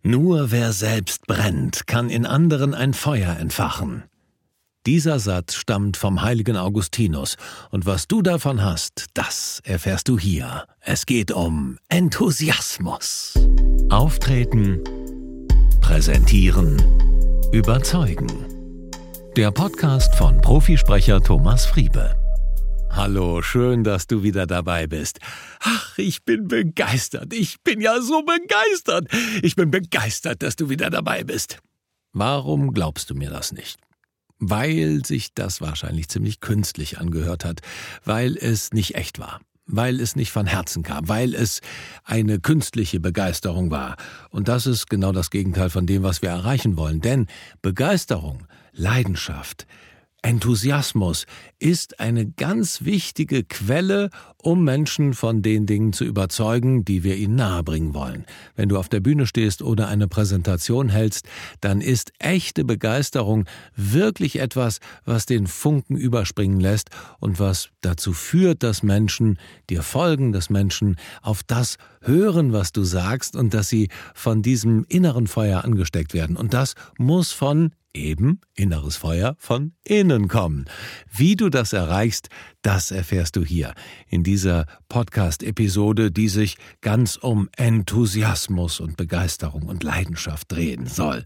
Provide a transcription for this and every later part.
Nur wer selbst brennt, kann in anderen ein Feuer entfachen. Dieser Satz stammt vom heiligen Augustinus, und was du davon hast, das erfährst du hier. Es geht um Enthusiasmus. Auftreten, präsentieren, überzeugen. Der Podcast von Profisprecher Thomas Friebe. Hallo, schön, dass du wieder dabei bist. Ach, ich bin begeistert. Ich bin ja so begeistert. Ich bin begeistert, dass du wieder dabei bist. Warum glaubst du mir das nicht? Weil sich das wahrscheinlich ziemlich künstlich angehört hat, weil es nicht echt war, weil es nicht von Herzen kam, weil es eine künstliche Begeisterung war. Und das ist genau das Gegenteil von dem, was wir erreichen wollen. Denn Begeisterung, Leidenschaft, Enthusiasmus ist eine ganz wichtige Quelle, um Menschen von den Dingen zu überzeugen, die wir ihnen nahebringen wollen. Wenn du auf der Bühne stehst oder eine Präsentation hältst, dann ist echte Begeisterung wirklich etwas, was den Funken überspringen lässt und was dazu führt, dass Menschen dir folgen, dass Menschen auf das hören, was du sagst und dass sie von diesem inneren Feuer angesteckt werden. Und das muss von eben inneres Feuer von innen kommen. Wie du das erreichst, das erfährst du hier in dieser Podcast-Episode, die sich ganz um Enthusiasmus und Begeisterung und Leidenschaft drehen soll.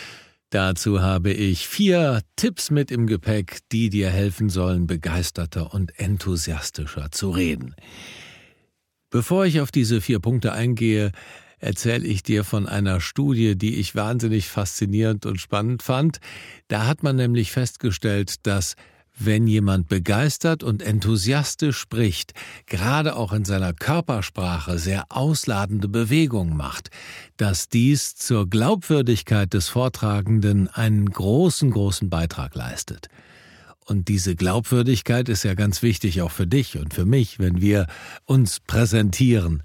Dazu habe ich 4 Tipps mit im Gepäck, die dir helfen sollen, begeisterter und enthusiastischer zu reden. Bevor ich auf diese 4 Punkte eingehe, erzähle ich dir von einer Studie, die ich wahnsinnig faszinierend und spannend fand. Da hat man nämlich festgestellt, dass wenn jemand begeistert und enthusiastisch spricht, gerade auch in seiner Körpersprache sehr ausladende Bewegungen macht, dass dies zur Glaubwürdigkeit des Vortragenden einen großen Beitrag leistet. Und diese Glaubwürdigkeit ist ja ganz wichtig auch für dich und für mich, wenn wir uns präsentieren.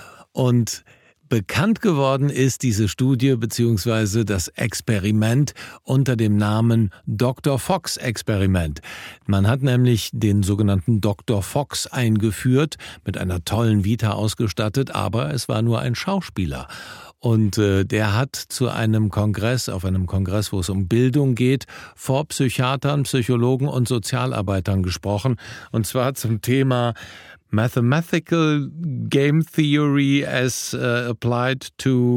Und bekannt geworden ist diese Studie bzw. das Experiment unter dem Namen Dr. Fox-Experiment. Man hat nämlich den sogenannten Dr. Fox eingeführt, mit einer tollen Vita ausgestattet, aber es war nur ein Schauspieler. Und der hat zu einem Kongress, auf einem Kongress, wo es um Bildung geht, vor Psychiatern, Psychologen und Sozialarbeitern gesprochen. Und zwar zum Thema Mathematical Game Theory as applied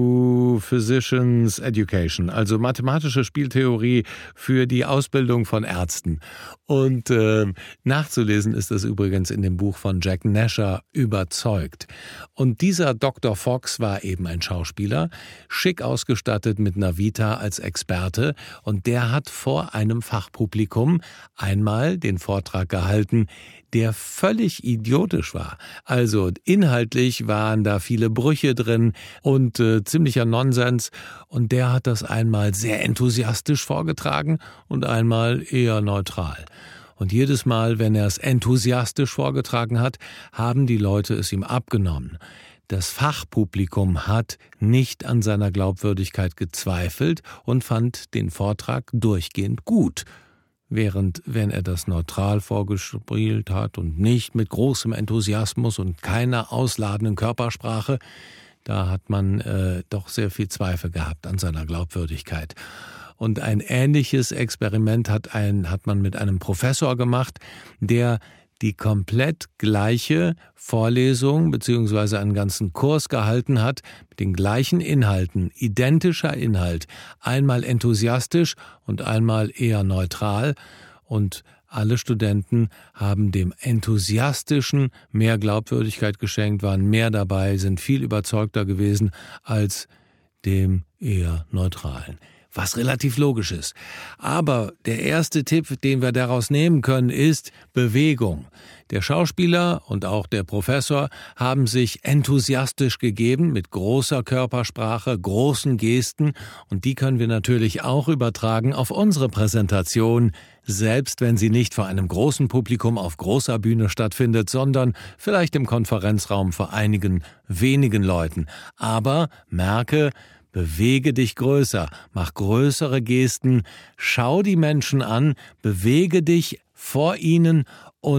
to Physicians Education, also mathematische Spieltheorie für die Ausbildung von Ärzten. Und nachzulesen ist das übrigens in dem Buch von Jack Nasher, Überzeugt. Und dieser Dr. Fox war eben ein Schauspieler, schick ausgestattet mit einer Vita als Experte, und der hat vor einem Fachpublikum einmal den Vortrag gehalten, der völlig idiotisch war. Also inhaltlich waren da viele Brüche drin und ziemlicher Nonsens. Und der hat das einmal sehr enthusiastisch vorgetragen und einmal eher neutral. Und jedes Mal, wenn er es enthusiastisch vorgetragen hat, haben die Leute es ihm abgenommen. Das Fachpublikum hat nicht an seiner Glaubwürdigkeit gezweifelt und fand den Vortrag durchgehend gut. Während, wenn er das neutral vorgespielt hat und nicht mit großem Enthusiasmus und keiner ausladenden Körpersprache, da hat man doch sehr viel Zweifel gehabt an seiner Glaubwürdigkeit. Und ein ähnliches Experiment hat man mit einem Professor gemacht, der die komplett gleiche Vorlesung bzw. einen ganzen Kurs gehalten hat, mit den gleichen Inhalten, identischer Inhalt, einmal enthusiastisch und einmal eher neutral. Und alle Studenten haben dem Enthusiastischen mehr Glaubwürdigkeit geschenkt, waren mehr dabei, sind viel überzeugter gewesen als dem eher neutralen. Was relativ logisch ist. Aber der erste Tipp, den wir daraus nehmen können, ist Bewegung. Der Schauspieler und auch der Professor haben sich enthusiastisch gegeben mit großer Körpersprache, großen Gesten, und die können wir natürlich auch übertragen auf unsere Präsentation, selbst wenn sie nicht vor einem großen Publikum auf großer Bühne stattfindet, sondern vielleicht im Konferenzraum vor einigen wenigen Leuten. Aber merke, bewege dich größer, mach größere Gesten, schau die Menschen an, bewege dich vor ihnen und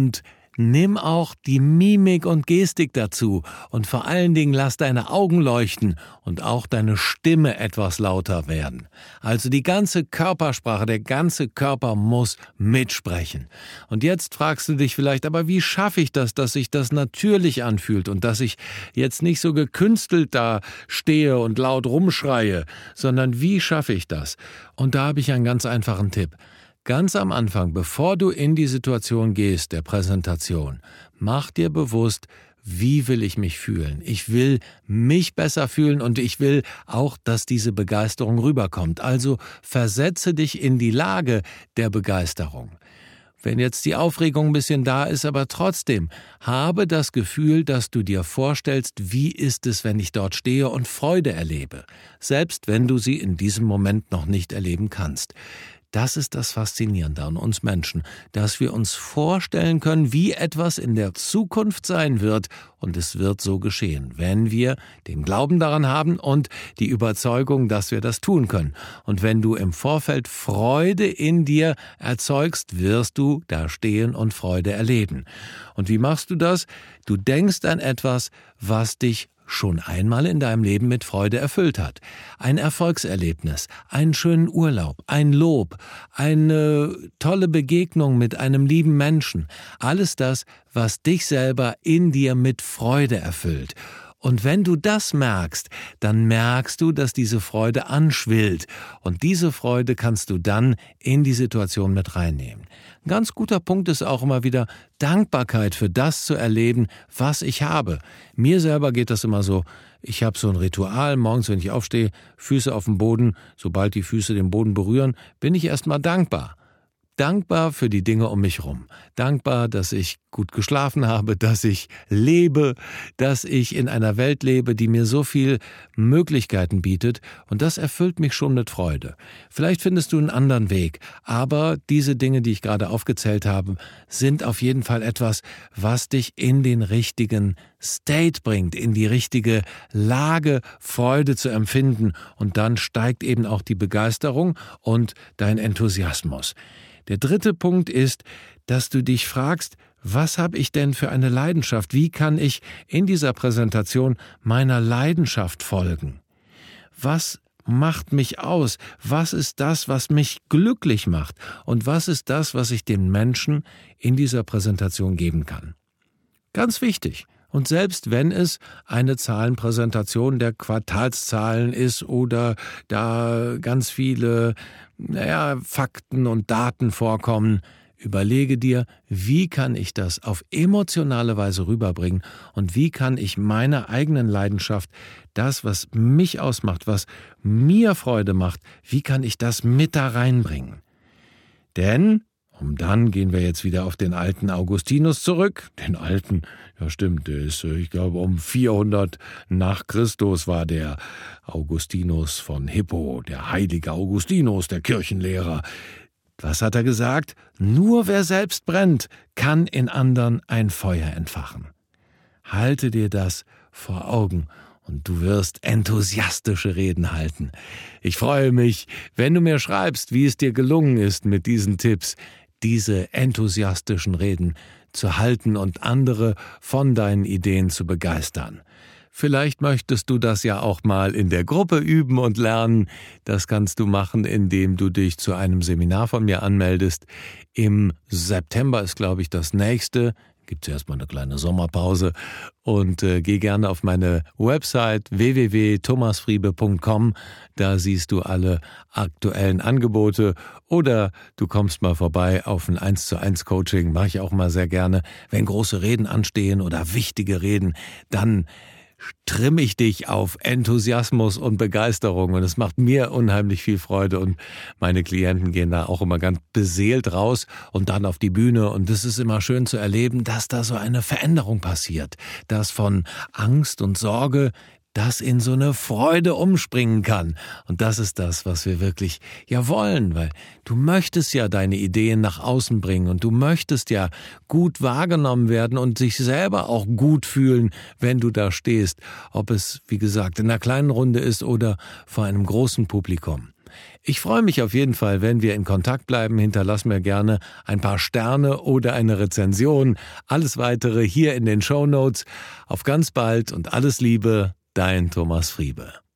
nimm auch die Mimik und Gestik dazu und vor allen Dingen lass deine Augen leuchten und auch deine Stimme etwas lauter werden. Also die ganze Körpersprache, der ganze Körper muss mitsprechen. Und jetzt fragst du dich vielleicht, aber wie schaffe ich das, dass sich das natürlich anfühlt und dass ich jetzt nicht so gekünstelt da stehe und laut rumschreie, sondern wie schaffe ich das? Und da habe ich einen ganz einfachen Tipp. Ganz am Anfang, bevor du in die Situation gehst, der Präsentation, mach dir bewusst, wie will ich mich fühlen? Ich will mich besser fühlen und ich will auch, dass diese Begeisterung rüberkommt. Also versetze dich in die Lage der Begeisterung. Wenn jetzt die Aufregung ein bisschen da ist, aber trotzdem, habe das Gefühl, dass du dir vorstellst, wie ist es, wenn ich dort stehe und Freude erlebe, selbst wenn du sie in diesem Moment noch nicht erleben kannst. Das ist das Faszinierende an uns Menschen, dass wir uns vorstellen können, wie etwas in der Zukunft sein wird, und es wird so geschehen, wenn wir den Glauben daran haben und die Überzeugung, dass wir das tun können. Und wenn du im Vorfeld Freude in dir erzeugst, wirst du da stehen und Freude erleben. Und wie machst du das? Du denkst an etwas, was dich schon einmal in deinem Leben mit Freude erfüllt hat. Ein Erfolgserlebnis, einen schönen Urlaub, ein Lob, eine tolle Begegnung mit einem lieben Menschen. Alles das, was dich selber in dir mit Freude erfüllt. Und wenn du das merkst, dann merkst du, dass diese Freude anschwillt. Und diese Freude kannst du dann in die Situation mit reinnehmen. Ein ganz guter Punkt ist auch immer wieder Dankbarkeit für das zu erleben, was ich habe. Mir selber geht das immer so, ich habe so ein Ritual, morgens, wenn ich aufstehe, Füße auf dem Boden, sobald die Füße den Boden berühren, bin ich erstmal dankbar. Dankbar für die Dinge um mich rum. Dankbar, dass ich gut geschlafen habe, dass ich lebe, dass ich in einer Welt lebe, die mir so viel Möglichkeiten bietet. Und das erfüllt mich schon mit Freude. Vielleicht findest du einen anderen Weg, aber diese Dinge, die ich gerade aufgezählt habe, sind auf jeden Fall etwas, was dich in den richtigen State bringt, in die richtige Lage, Freude zu empfinden. Und dann steigt eben auch die Begeisterung und dein Enthusiasmus. Der dritte Punkt ist, dass du dich fragst, was habe ich denn für eine Leidenschaft? Wie kann ich in dieser Präsentation meiner Leidenschaft folgen? Was macht mich aus? Was ist das, was mich glücklich macht? Und was ist das, was ich den Menschen in dieser Präsentation geben kann? Ganz wichtig. Und selbst wenn es eine Zahlenpräsentation der Quartalszahlen ist oder da ganz viele Fakten und Daten vorkommen, überlege dir, wie kann ich das auf emotionale Weise rüberbringen und wie kann ich meiner eigenen Leidenschaft, das, was mich ausmacht, was mir Freude macht, wie kann ich das mit da reinbringen? Denn dann gehen wir jetzt wieder auf den alten Augustinus zurück. Den alten, ja stimmt, der ist, ich glaube, um 400 nach Christus war der Augustinus von Hippo, der heilige Augustinus, der Kirchenlehrer. Was hat er gesagt? Nur wer selbst brennt, kann in anderen ein Feuer entfachen. Halte dir das vor Augen. Und du wirst enthusiastische Reden halten. Ich freue mich, wenn du mir schreibst, wie es dir gelungen ist, mit diesen Tipps diese enthusiastischen Reden zu halten und andere von deinen Ideen zu begeistern. Vielleicht möchtest du das ja auch mal in der Gruppe üben und lernen. Das kannst du machen, indem du dich zu einem Seminar von mir anmeldest. Im September ist, glaube ich, das nächste. Gibt es erstmal eine kleine Sommerpause und geh gerne auf meine Website www.thomasfriebe.com. Da siehst du alle aktuellen Angebote oder du kommst mal vorbei auf ein 1:1 Coaching. Mache ich auch mal sehr gerne. Wenn große Reden anstehen oder wichtige Reden, dann trimme ich dich auf Enthusiasmus und Begeisterung und es macht mir unheimlich viel Freude und meine Klienten gehen da auch immer ganz beseelt raus und dann auf die Bühne und es ist immer schön zu erleben, dass da so eine Veränderung passiert, dass von Angst und Sorge das in so eine Freude umspringen kann. Und das ist das, was wir wirklich wollen, weil du möchtest ja deine Ideen nach außen bringen und du möchtest ja gut wahrgenommen werden und sich selber auch gut fühlen, wenn du da stehst, ob es, wie gesagt, in einer kleinen Runde ist oder vor einem großen Publikum. Ich freue mich auf jeden Fall, wenn wir in Kontakt bleiben. Hinterlass mir gerne ein paar Sterne oder eine Rezension. Alles Weitere hier in den Shownotes. Auf ganz bald und alles Liebe, dein Thomas Friebe.